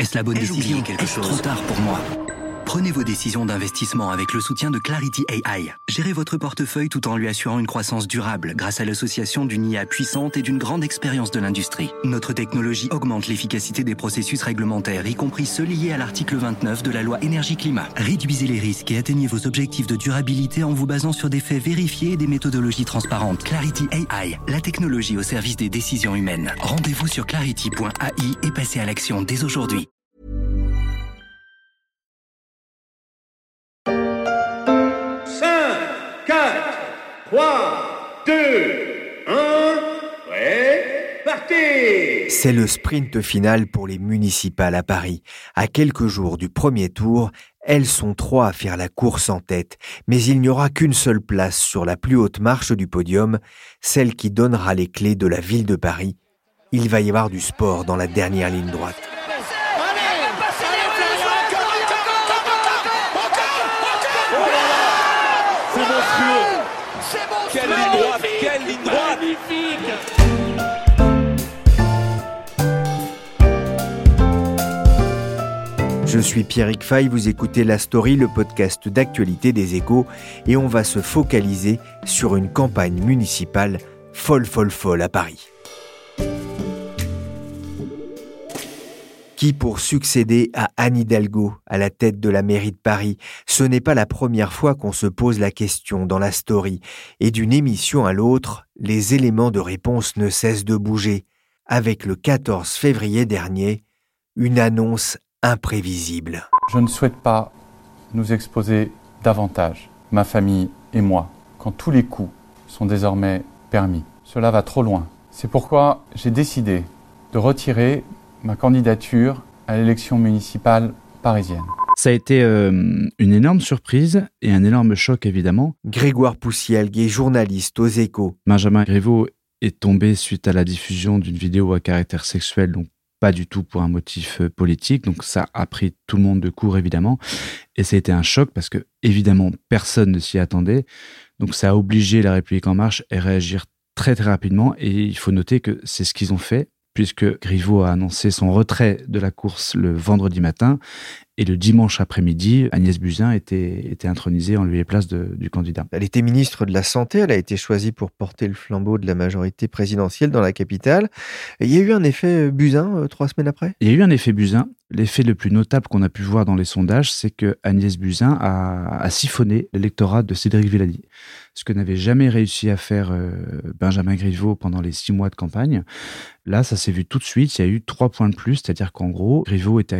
Est-ce la bonne décision? Est-ce trop tard pour moi? Prenez vos décisions d'investissement avec le soutien de Clarity AI. Gérez votre portefeuille tout en lui assurant une croissance durable grâce à l'association d'une IA puissante et d'une grande expérience de l'industrie. Notre technologie augmente l'efficacité des processus réglementaires, y compris ceux liés à l'article 29 de la loi Énergie-Climat. Réduisez les risques et atteignez vos objectifs de durabilité en vous basant sur des faits vérifiés et des méthodologies transparentes. Clarity AI, la technologie au service des décisions humaines. Rendez-vous sur clarity.ai et passez à l'action dès aujourd'hui. 3, 2, 1, prêt, partez! C'est le sprint final pour les municipales à Paris. À quelques jours du premier tour, elles sont 3 à faire la course en tête. Mais il n'y aura qu'une seule place sur la plus haute marche du podium, celle qui donnera les clés de la ville de Paris. Il va y avoir du sport dans la dernière ligne droite. Quelle ligne droite! Magnifique! Je suis Pierrick Fay, vous écoutez La Story, le podcast d'actualité des Échos, et on va se focaliser sur une campagne municipale folle à Paris. Qui pour succéder à Anne Hidalgo à la tête de la mairie de Paris? Ce n'est pas la première fois qu'on se pose la question dans La Story. Et d'une émission à l'autre, les éléments de réponse ne cessent de bouger. Avec le 14 février dernier, une annonce imprévisible. Je ne souhaite pas nous exposer davantage, ma famille et moi, quand tous les coups sont désormais permis. Cela va trop loin. C'est pourquoi j'ai décidé de retirer ma candidature à l'élection municipale parisienne. Ça a été une énorme surprise et un énorme choc, évidemment. Grégoire Poussielgue est journaliste aux Échos. Benjamin Griveaux est tombé suite à la diffusion d'une vidéo à caractère sexuel, donc pas du tout pour un motif politique. Donc ça a pris tout le monde de court, évidemment. Et ça a été un choc parce que, évidemment, personne ne s'y attendait. Donc ça a obligé La République En Marche à réagir très rapidement. Et il faut noter que c'est ce qu'ils ont fait, puisque Griveaux a annoncé son retrait de la course le vendredi matin. Et le dimanche après-midi, Agnès Buzyn était intronisée en lieu et place du candidat. Elle était ministre de la Santé, elle a été choisie pour porter le flambeau de la majorité présidentielle dans la capitale. Et il y a eu un effet Buzyn 3 semaines après? Il y a eu un effet Buzyn. L'effet le plus notable qu'on a pu voir dans les sondages, c'est que Agnès Buzyn a siphonné l'électorat de Cédric Villani. Ce que n'avait jamais réussi à faire Benjamin Griveaux pendant les 6 mois de campagne. Là, ça s'est vu tout de suite. Il y a eu 3 points de plus, c'est-à-dire qu'en gros, Griveaux était à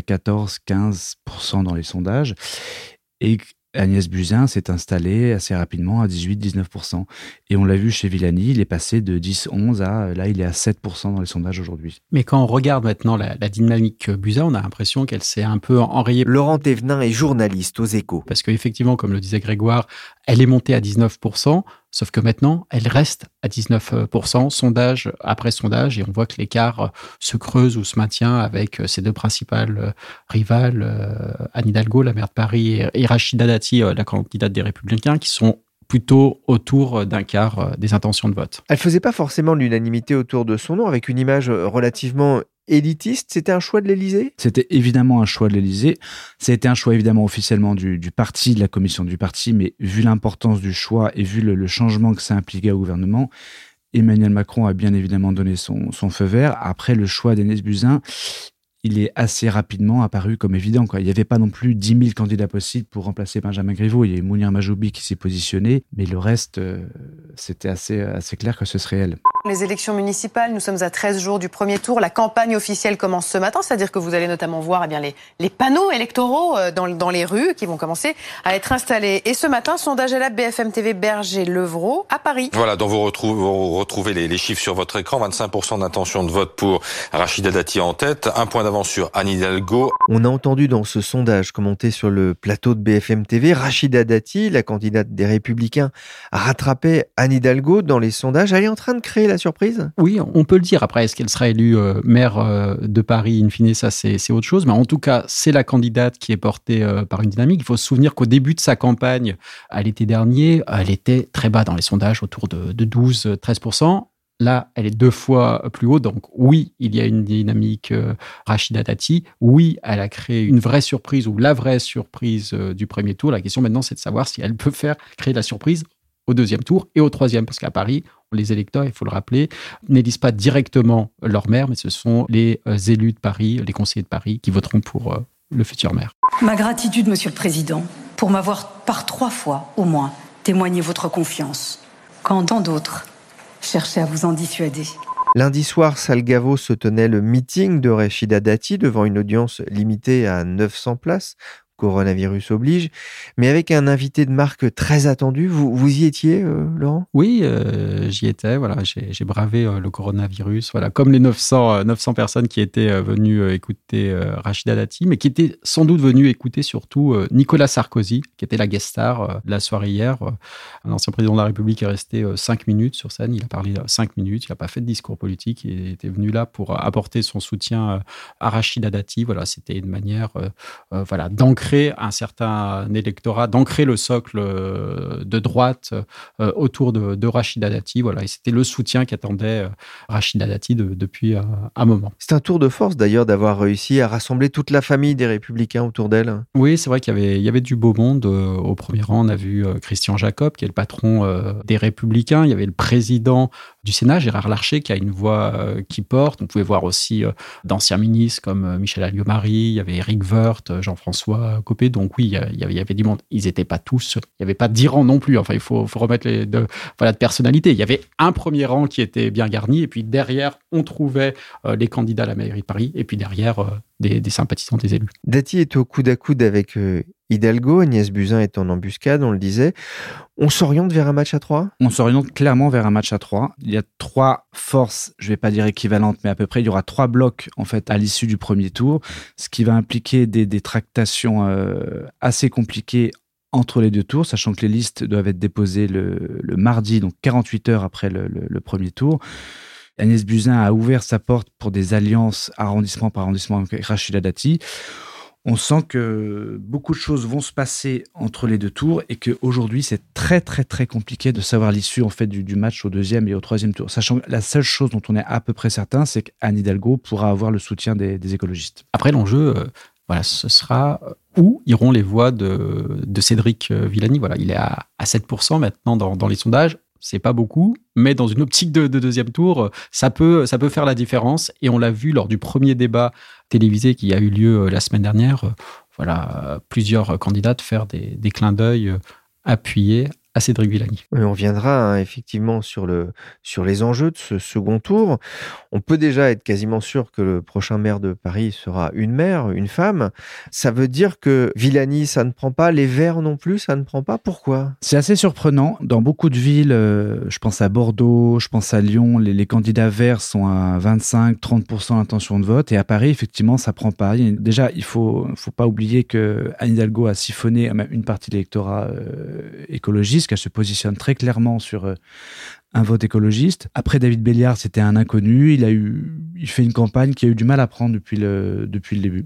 14-15% dans les sondages et Agnès Buzyn s'est installée assez rapidement à 18-19%. Et on l'a vu chez Villani, il est passé de 10-11 à, là, il est à 7% dans les sondages aujourd'hui. Mais quand on regarde maintenant la dynamique Buzyn, on a l'impression qu'elle s'est un peu enrayée. Laurent Thévenin est journaliste aux Échos. Parce qu'effectivement, comme le disait Grégoire, elle est montée à 19%, sauf que maintenant, elle reste à 19%, sondage après sondage, et on voit que l'écart se creuse ou se maintient avec ses 2 principales rivales, Anne Hidalgo, la maire de Paris, et Rachida Dati, la candidate des Républicains, qui sont plutôt autour d'un quart des intentions de vote. Elle ne faisait pas forcément l'unanimité autour de son nom, avec une image relativement élitiste. C'était un choix de l'Élysée? C'était évidemment un choix de l'Élysée. Ça a été un choix évidemment officiellement du parti, de la commission du parti, mais vu l'importance du choix et vu le changement que ça impliquait au gouvernement, Emmanuel Macron a bien évidemment donné son feu vert. Après, le choix d'Agnès Buzyn, il est assez rapidement apparu comme évident, quoi. Il n'y avait pas non plus 10 000 candidats possibles pour remplacer Benjamin Griveaux. Il y a eu Mounir Majoubi qui s'est positionné, mais le reste, c'était assez clair que ce serait elle. Les élections municipales, nous sommes à 13 jours du premier tour. La campagne officielle commence ce matin, c'est-à-dire que vous allez notamment voir les panneaux électoraux dans les rues qui vont commencer à être installés. Et ce matin, sondage à la BFM TV Berger-Levrault à Paris. Voilà, donc vous retrouvez les chiffres sur votre écran. 25% d'intention de vote pour Rachida Dati en tête, 1 point d'avance sur Anne Hidalgo. On a entendu dans ce sondage commenté sur le plateau de BFM TV, Rachida Dati, la candidate des Républicains, a rattrapé Anne Hidalgo dans les sondages. Elle est en train de créer la surprise? Oui, on peut le dire. Après, est-ce qu'elle sera élue maire de Paris in fine? Ça, c'est autre chose. Mais en tout cas, c'est la candidate qui est portée par une dynamique. Il faut se souvenir qu'au début de sa campagne, à l'été dernier, elle était très bas dans les sondages, autour de 12-13%. Là, elle est 2 fois plus haute. Donc oui, il y a une dynamique Rachida Dati. Oui, elle a créé une vraie surprise ou la vraie surprise du premier tour. La question maintenant, c'est de savoir si elle peut créer la surprise au deuxième tour et au troisième. Parce qu'à Paris, les électeurs, il faut le rappeler, n'élisent pas directement leur maire, mais ce sont les élus de Paris, les conseillers de Paris qui voteront pour le futur maire. Ma gratitude, Monsieur le Président, pour m'avoir par 3 fois au moins témoigné votre confiance, quand tant d'autres cherchaient à vous en dissuader. Lundi soir, Salgavo se tenait le meeting de Rachida Dati devant une audience limitée à 900 places. Coronavirus oblige, mais avec un invité de marque très attendu. Vous y étiez, Laurent ? Oui, j'y étais. Voilà, j'ai bravé le coronavirus. Voilà, comme les 900 personnes qui étaient venues écouter Rachida Dati, mais qui étaient sans doute venues écouter surtout Nicolas Sarkozy, qui était la guest star de la soirée hier. Un ancien président de la République est resté 5 minutes sur scène. Il a parlé 5 minutes. Il n'a pas fait de discours politique. Il était venu là pour apporter son soutien à Rachida Dati. Voilà, c'était une manière, d'ancrer un certain électorat, d'ancrer le socle de droite autour de Rachida Dati. Voilà, et c'était le soutien qu'attendait Rachida Dati depuis un moment. C'est un tour de force d'ailleurs d'avoir réussi à rassembler toute la famille des Républicains autour d'elle. Oui, c'est vrai qu'il y avait du beau monde. Au premier rang, on a vu Christian Jacob, qui est le patron des Républicains. Il y avait le président du Sénat, Gérard Larcher, qui a une voix qui porte. On pouvait voir aussi d'anciens ministres comme Michel Alliot-Marie, il y avait Éric Woerth, Jean-François Copé. Donc oui, il y avait du monde. Ils n'étaient pas tous. Il n'y avait pas 10 rangs non plus. Enfin, il faut remettre de personnalité. Il y avait un premier rang qui était bien garni. Et puis derrière, on trouvait les candidats à la mairie de Paris. Et puis derrière, des sympathisants des élus. Dati est au coude à coude avec Hidalgo. Agnès Buzyn est en embuscade, on le disait. On s'oriente vers un match à 3 ? On s'oriente clairement vers un match à 3. Il y a 3 forces, je ne vais pas dire équivalentes, mais à peu près, il y aura 3 blocs en fait à l'issue du premier tour, ce qui va impliquer des tractations assez compliquées entre les 2 tours, sachant que les listes doivent être déposées le mardi, donc 48 heures après le premier tour. Agnès Buzyn a ouvert sa porte pour des alliances arrondissement par arrondissement avec Rachida Dati. On sent que beaucoup de choses vont se passer entre les 2 tours et qu'aujourd'hui, c'est très, très, très compliqué de savoir l'issue en fait, du match au 2e et au 3e tour. Sachant que la seule chose dont on est à peu près certain, c'est qu'Anne Hidalgo pourra avoir le soutien des écologistes. Après, l'enjeu, ce sera où iront les voix de Cédric Villani. Voilà, il est à 7% maintenant dans les sondages. C'est pas beaucoup, mais dans une optique de deuxième tour, ça peut faire la différence. Et on l'a vu lors du premier débat télévisé qui a eu lieu la semaine dernière. Plusieurs candidats faire des clins d'œil appuyés à Cédric Villani. On reviendra effectivement sur les enjeux de ce second tour. On peut déjà être quasiment sûr que le prochain maire de Paris sera une maire, une femme. Ça veut dire que Villani, ça ne prend pas, les Verts non plus, ça ne prend pas. Pourquoi ? C'est assez surprenant. Dans beaucoup de villes, je pense à Bordeaux, je pense à Lyon, les candidats Verts sont à 25-30% d'intention de vote. Et à Paris, effectivement, ça ne prend pas. Déjà, il ne faut pas oublier que Anne Hidalgo a siphonné une partie de l'électorat écologiste, qu'elle se positionne très clairement sur un vote écologiste. Après, David Béliard, c'était un inconnu. Il fait une campagne qui a eu du mal à prendre depuis le début.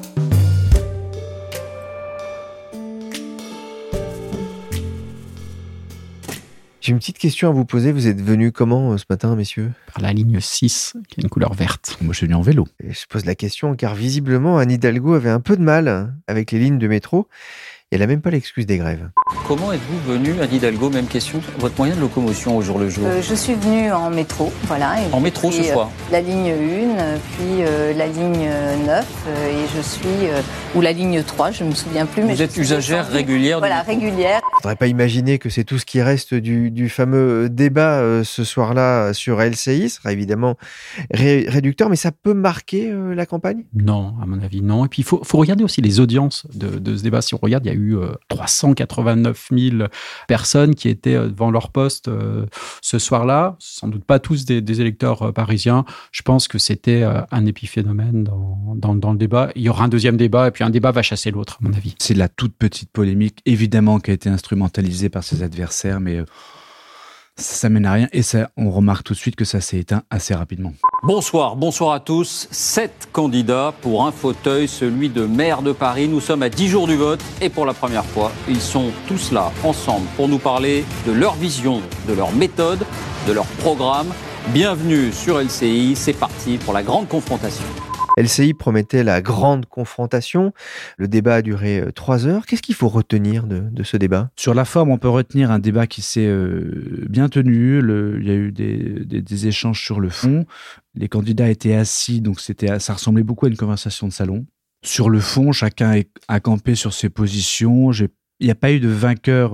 J'ai une petite question à vous poser. Vous êtes venus comment ce matin, messieurs ? Par la ligne 6, qui a une couleur verte. Moi, je suis venu en vélo. Et je pose la question car visiblement, Anne Hidalgo avait un peu de mal avec les lignes de métro. Et elle n'a même pas l'excuse des grèves. Comment êtes-vous venu, Anne Hidalgo, même question, votre moyen de locomotion au jour le jour ? Je suis venue en métro, voilà. En métro ce soir ? La ligne 1, puis la ligne 9, et je suis... ou la ligne 3, je ne me souviens plus. Mais vous êtes usagère régulière ? Voilà, régulière. Il ne faudrait pas imaginer que c'est tout ce qui reste du fameux débat ce soir-là sur LCI. Ce sera évidemment réducteur, mais ça peut marquer la campagne ? Non, à mon avis, non. Et puis, il faut regarder aussi les audiences de ce débat. Si on regarde, il y a eu 389 000 personnes qui étaient devant leur poste ce soir-là. Sans doute pas tous des électeurs parisiens. Je pense que c'était un épiphénomène dans le débat. Il y aura un deuxième débat, et puis un débat va chasser l'autre, à mon avis. C'est de la toute petite polémique, évidemment, qui a été instrumentalisée par ses adversaires, mais ça mène à rien. Et ça, on remarque tout de suite que ça s'est éteint assez rapidement. Bonsoir à tous. 7 candidats pour un fauteuil, celui de maire de Paris. Nous sommes à 10 jours du vote et pour la première fois, ils sont tous là, ensemble, pour nous parler de leur vision, de leur méthode, de leur programme Bienvenue sur LCI, c'est parti pour la grande confrontation. LCI promettait la grande confrontation. Le débat a duré 3 heures. Qu'est-ce qu'il faut retenir de ce débat ? Sur la forme, on peut retenir un débat qui s'est bien tenu. Il y a eu des échanges sur le fond. Les candidats étaient assis, donc ça ressemblait beaucoup à une conversation de salon. Sur le fond, chacun a campé sur ses positions. Il n'y a pas eu de vainqueur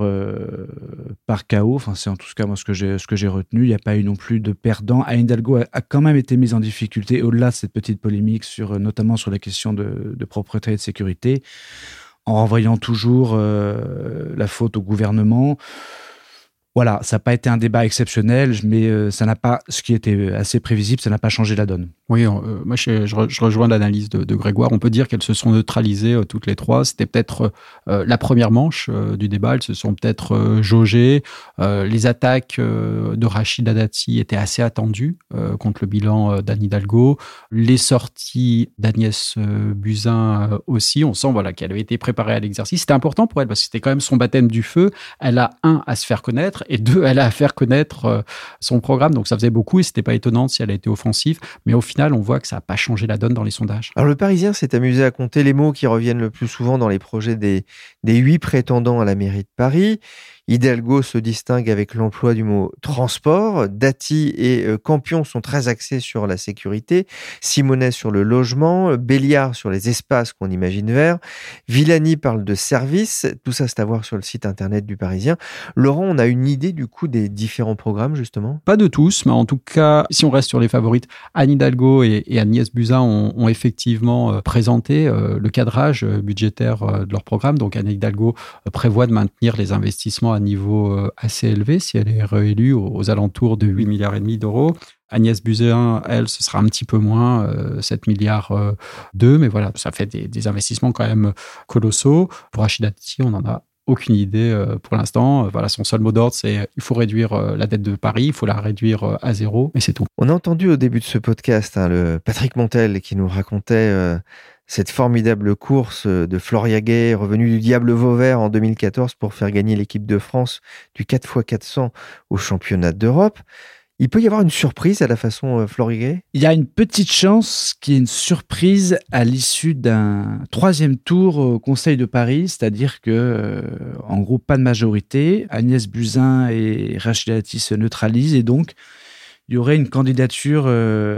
par KO. Enfin, c'est en tout cas moi ce que j'ai retenu. Il n'y a pas eu non plus de perdant. Anne Hidalgo a quand même été mise en difficulté au-delà de cette petite polémique, notamment sur la question de propreté et de sécurité, en renvoyant toujours la faute au gouvernement. Voilà, ça n'a pas été un débat exceptionnel, mais ça n'a pas, ce qui était assez prévisible, ça n'a pas changé la donne. Oui, moi je rejoins l'analyse de Grégoire. On peut dire qu'elles se sont neutralisées toutes les trois. C'était peut-être la première manche du débat. Elles se sont peut-être jaugées. Les attaques de Rachida Dati étaient assez attendues contre le bilan d'Anne Hidalgo. Les sorties d'Agnès Buzyn aussi. On sent qu'elle avait été préparée à l'exercice. C'était important pour elle parce que c'était quand même son baptême du feu. Elle a à se faire connaître et 2, elle a à faire connaître son programme. Donc ça faisait beaucoup et c'était pas étonnant si elle a été offensive. Mais au final, on voit que ça n'a pas changé la donne dans les sondages. Alors le Parisien s'est amusé à compter les mots qui reviennent le plus souvent dans les projets des 8 prétendants à la mairie de Paris. Hidalgo se distingue avec l'emploi du mot transport. Dati et Campion sont très axés sur la sécurité. Simonet sur le logement. Béliard sur les espaces qu'on imagine verts. Villani parle de services. Tout ça, c'est à voir sur le site internet du Parisien. Laurent, on a une idée du coup des différents programmes, justement ? Pas de tous, mais en tout cas, si on reste sur les favorites, Anne Hidalgo et Agnès Buzyn ont effectivement présenté le cadrage budgétaire de leur programme. Donc Anne Hidalgo prévoit de maintenir les investissements à niveau assez élevé si elle est réélue aux alentours de 8,5 milliards d'euros. Agnès Buzyn, elle, ce sera un petit peu moins, 7 milliards 2, mais voilà, ça fait des investissements quand même colossaux. Pour Rachida Dati, on n'en a aucune idée pour l'instant. Voilà, son seul mot d'ordre, c'est il faut réduire la dette de Paris, il faut la réduire à 0, et c'est tout. On a entendu au début de ce podcast le Patrick Montel qui nous racontait cette formidable course de Floria Gay, revenu du Diable Vauvert en 2014 pour faire gagner l'équipe de France du 4x400 au championnat d'Europe. Il peut y avoir une surprise à la façon Floria Gay ? Il y a une petite chance qu'il y ait une surprise à l'issue d'un 3e tour au Conseil de Paris, c'est-à-dire que, en gros, pas de majorité. Agnès Buzyn et Rachida Dati se neutralisent et donc il y aurait une candidature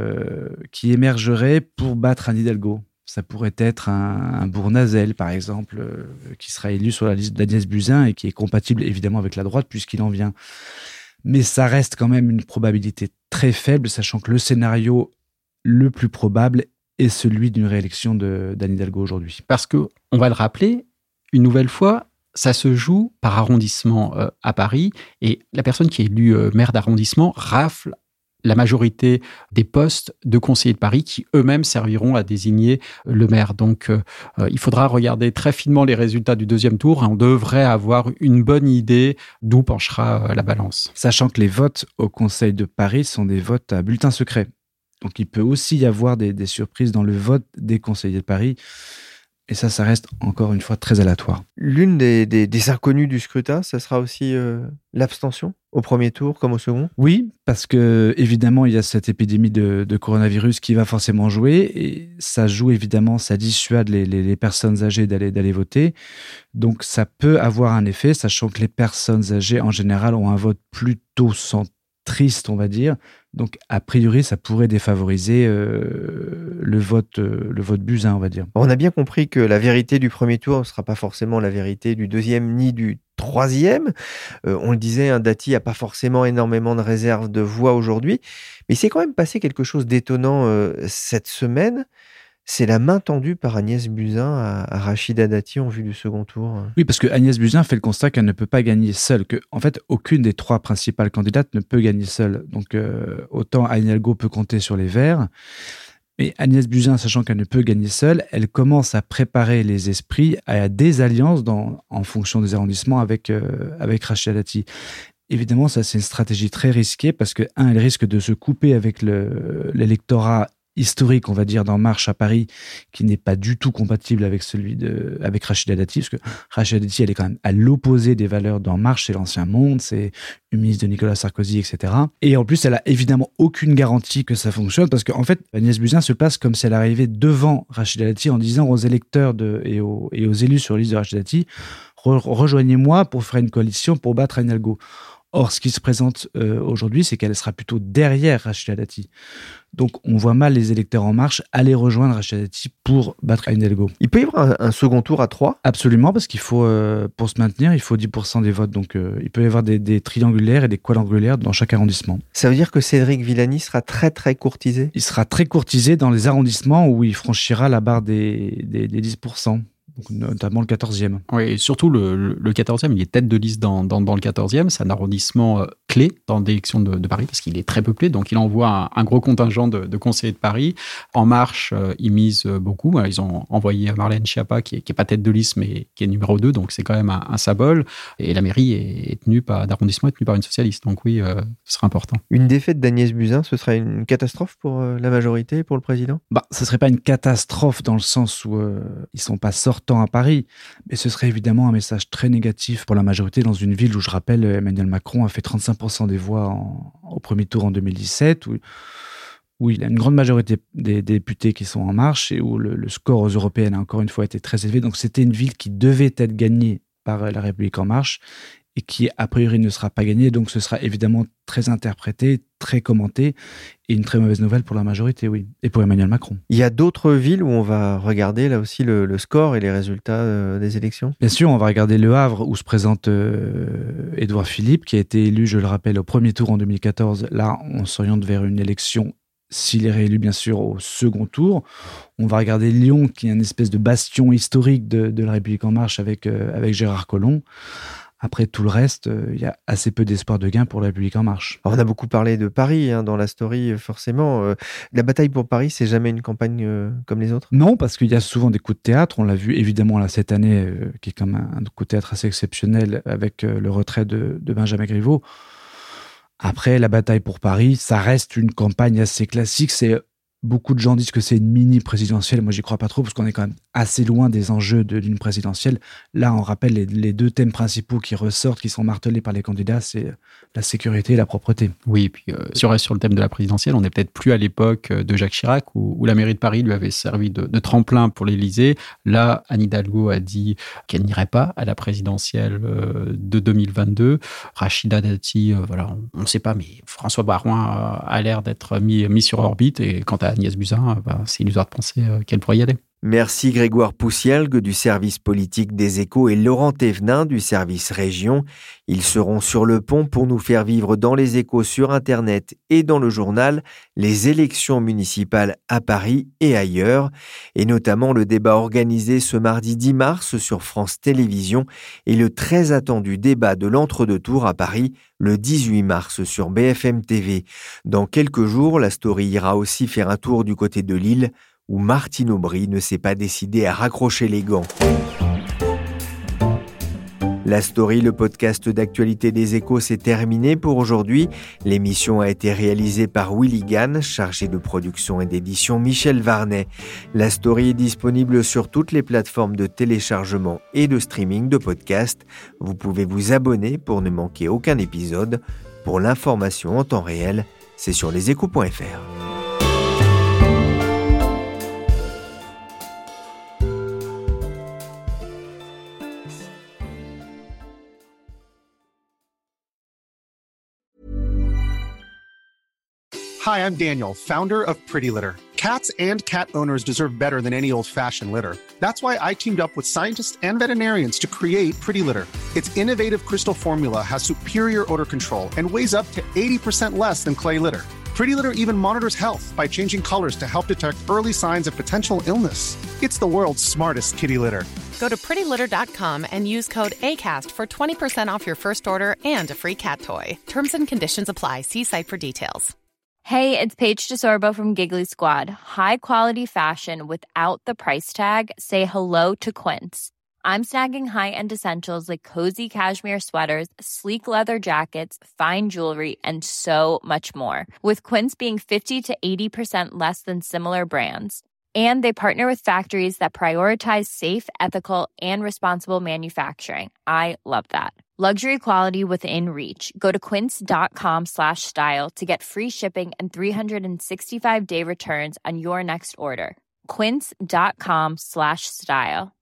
qui émergerait pour battre Anne Hidalgo. Ça pourrait être un Bournazel, par exemple, qui sera élu sur la liste d'Agnès Buzyn et qui est compatible évidemment avec la droite puisqu'il en vient. Mais ça reste quand même une probabilité très faible, sachant que le scénario le plus probable est celui d'une réélection d'Anne Hidalgo aujourd'hui. Parce que, on va le rappeler, une nouvelle fois, ça se joue par arrondissement à Paris et la personne qui est élue maire d'arrondissement rafle la majorité des postes de conseillers de Paris qui eux-mêmes serviront à désigner le maire. Donc, il faudra regarder très finement les résultats du 2e tour et on devrait avoir une bonne idée d'où penchera la balance. Sachant que les votes au Conseil de Paris sont des votes à bulletin secret. Donc, il peut aussi y avoir des surprises dans le vote des conseillers de Paris. Et ça reste encore une fois très aléatoire. L'une des inconnues du scrutin, ça sera aussi l'abstention au premier tour comme au second ? Oui, parce que évidemment, il y a cette épidémie de coronavirus qui va forcément jouer. Et ça joue évidemment, ça dissuade les personnes âgées d'aller voter. Donc ça peut avoir un effet, sachant que les personnes âgées en général ont un vote plutôt centriste, on va dire. Donc, a priori, ça pourrait défavoriser le vote Buzyn, on va dire. On a bien compris que la vérité du premier tour ne sera pas forcément la vérité du 2e ni du 3e. On le disait, Dati n'a pas forcément énormément de réserves de voix aujourd'hui. Mais il s'est quand même passé quelque chose d'étonnant cette semaine. C'est la main tendue par Agnès Buzyn à Rachida Dati en vue du second tour. Oui, parce que Agnès Buzyn fait le constat qu'elle ne peut pas gagner seule, que en fait aucune des 3 principales candidates ne peut gagner seule. Donc autant Anne Hidalgo peut compter sur les Verts, mais Agnès Buzyn, sachant qu'elle ne peut gagner seule, elle commence à préparer les esprits à des alliances en fonction des arrondissements avec Rachida Dati. Évidemment, ça c'est une stratégie très risquée parce que elle risque de se couper avec l'électorat historique, on va dire, d'En Marche à Paris, qui n'est pas du tout compatible avec avec Rachida Dati, parce que Rachida Dati, elle est quand même à l'opposé des valeurs d'En Marche, c'est l'ancien monde, c'est une ministre de Nicolas Sarkozy, etc. Et en plus, elle a évidemment aucune garantie que ça fonctionne, parce qu'en fait, Agnès Buzyn se passe comme si elle arrivait devant Rachida Dati en disant aux électeurs et aux élus sur la liste de Rachida Dati, rejoignez-moi pour faire une coalition pour battre Anne Hidalgo. Or, ce qui se présente aujourd'hui, c'est qu'elle sera plutôt derrière Rachida Dati. Donc, on voit mal les électeurs En Marche aller rejoindre Rachida Dati pour battre Anne Hidalgo. Il peut y avoir un second tour à 3 ? Absolument, parce qu'il faut, pour se maintenir, il faut 10% des votes. Donc, il peut y avoir des triangulaires et des quadrangulaires dans chaque arrondissement. Ça veut dire que Cédric Villani sera très, très courtisé ? Il sera très courtisé dans les arrondissements où il franchira la barre des 10%. Notamment le 14e. Oui, et surtout le 14e, il est tête de liste dans le 14e. C'est un arrondissement clé dans l'élection de Paris parce qu'il est très peuplé. Donc, il envoie un gros contingent de conseillers de Paris. En Marche, ils misent beaucoup. Ils ont envoyé Marlène Schiappa, qui est pas tête de liste, mais qui est numéro 2. Donc, c'est quand même un symbole. Et la mairie d'arrondissement est tenue par une socialiste. Donc, oui, ce sera important. Une défaite d'Agnès Buzyn, ce serait une catastrophe pour la majorité et pour le président ? Ce serait pas une catastrophe dans le sens où ils sont pas sortants à Paris, mais ce serait évidemment un message très négatif pour la majorité dans une ville où, je rappelle, Emmanuel Macron a fait 35% des voix au premier tour en 2017, où il a une grande majorité des députés qui sont En Marche et où le score aux européennes a encore une fois été très élevé. Donc c'était une ville qui devait être gagnée par La République En Marche et qui, a priori, ne sera pas gagnée. Donc ce sera évidemment très interprété, très commenté et une très mauvaise nouvelle pour la majorité, oui, et pour Emmanuel Macron. Il y a d'autres villes où on va regarder là aussi le score et les résultats des élections ? Bien sûr, on va regarder Le Havre où se présente Édouard Philippe, qui a été élu, je le rappelle, au premier tour en 2014. Là, on s'oriente vers une élection, s'il est réélu bien sûr, au second tour. On va regarder Lyon, qui est une espèce de bastion historique de La République En Marche avec Gérard Collomb. Après tout le reste, il y a assez peu d'espoir de gain pour La République En Marche. Alors, on a beaucoup parlé de Paris dans la story, forcément. La bataille pour Paris, c'est jamais une campagne comme les autres ? Non, parce qu'il y a souvent des coups de théâtre. On l'a vu évidemment là cette année, qui est comme un coup de théâtre assez exceptionnel avec le retrait de Benjamin Griveaux. Après, la bataille pour Paris, ça reste une campagne assez classique. Beaucoup de gens disent que c'est une mini-présidentielle. Moi, j'y crois pas trop parce qu'on est quand même assez loin des enjeux d'une présidentielle. Là, on rappelle les deux thèmes principaux qui ressortent, qui sont martelés par les candidats, c'est la sécurité et la propreté. Oui, et puis si on reste sur le thème de la présidentielle, on n'est peut-être plus à l'époque de Jacques Chirac où la mairie de Paris lui avait servi de tremplin pour l'Élysée. Là, Anne Hidalgo a dit qu'elle n'irait pas à la présidentielle de 2022. Rachida Dati, voilà, on ne sait pas, mais François Baroin a l'air d'être mis sur orbite. Et quant à Agnès Buzyn, c'est illusoire de penser qu'elle pourrait y aller. Merci Grégoire Poussielgue du service politique des Échos et Laurent Thévenin du service Région. Ils seront sur le pont pour nous faire vivre dans les Échos sur Internet et dans le journal les élections municipales à Paris et ailleurs, et notamment le débat organisé ce mardi 10 mars sur France Télévisions et le très attendu débat de l'entre-deux tours à Paris le 18 mars sur BFM TV. Dans quelques jours, la story ira aussi faire un tour du côté de Lille, où Martine Aubry ne s'est pas décidée à raccrocher les gants. La story, le podcast d'actualité des Échos, s'est terminé pour aujourd'hui. L'émission a été réalisée par Willy Gann, chargé de production et d'édition Michel Varnet. La story est disponible sur toutes les plateformes de téléchargement et de streaming de podcasts. Vous pouvez vous abonner pour ne manquer aucun épisode. Pour l'information en temps réel, c'est sur leséchos.fr. Hi, I'm Daniel, founder of Pretty Litter. Cats and cat owners deserve better than any old-fashioned litter. That's why I teamed up with scientists and veterinarians to create Pretty Litter. Its innovative crystal formula has superior odor control and weighs up to 80% less than clay litter. Pretty Litter even monitors health by changing colors to help detect early signs of potential illness. It's the world's smartest kitty litter. Go to prettylitter.com and use code ACAST for 20% off your first order and a free cat toy. Terms and conditions apply. See site for details. Hey, it's Paige DeSorbo from Giggly Squad. High quality fashion without the price tag. Say hello to Quince. I'm snagging high-end essentials like cozy cashmere sweaters, sleek leather jackets, fine jewelry, and so much more. With Quince being 50 to 80% less than similar brands. And they partner with factories that prioritize safe, ethical, and responsible manufacturing. I love that. Luxury quality within reach. Go to quince.com/style to get free shipping and 365-day returns on your next order. Quince.com/style.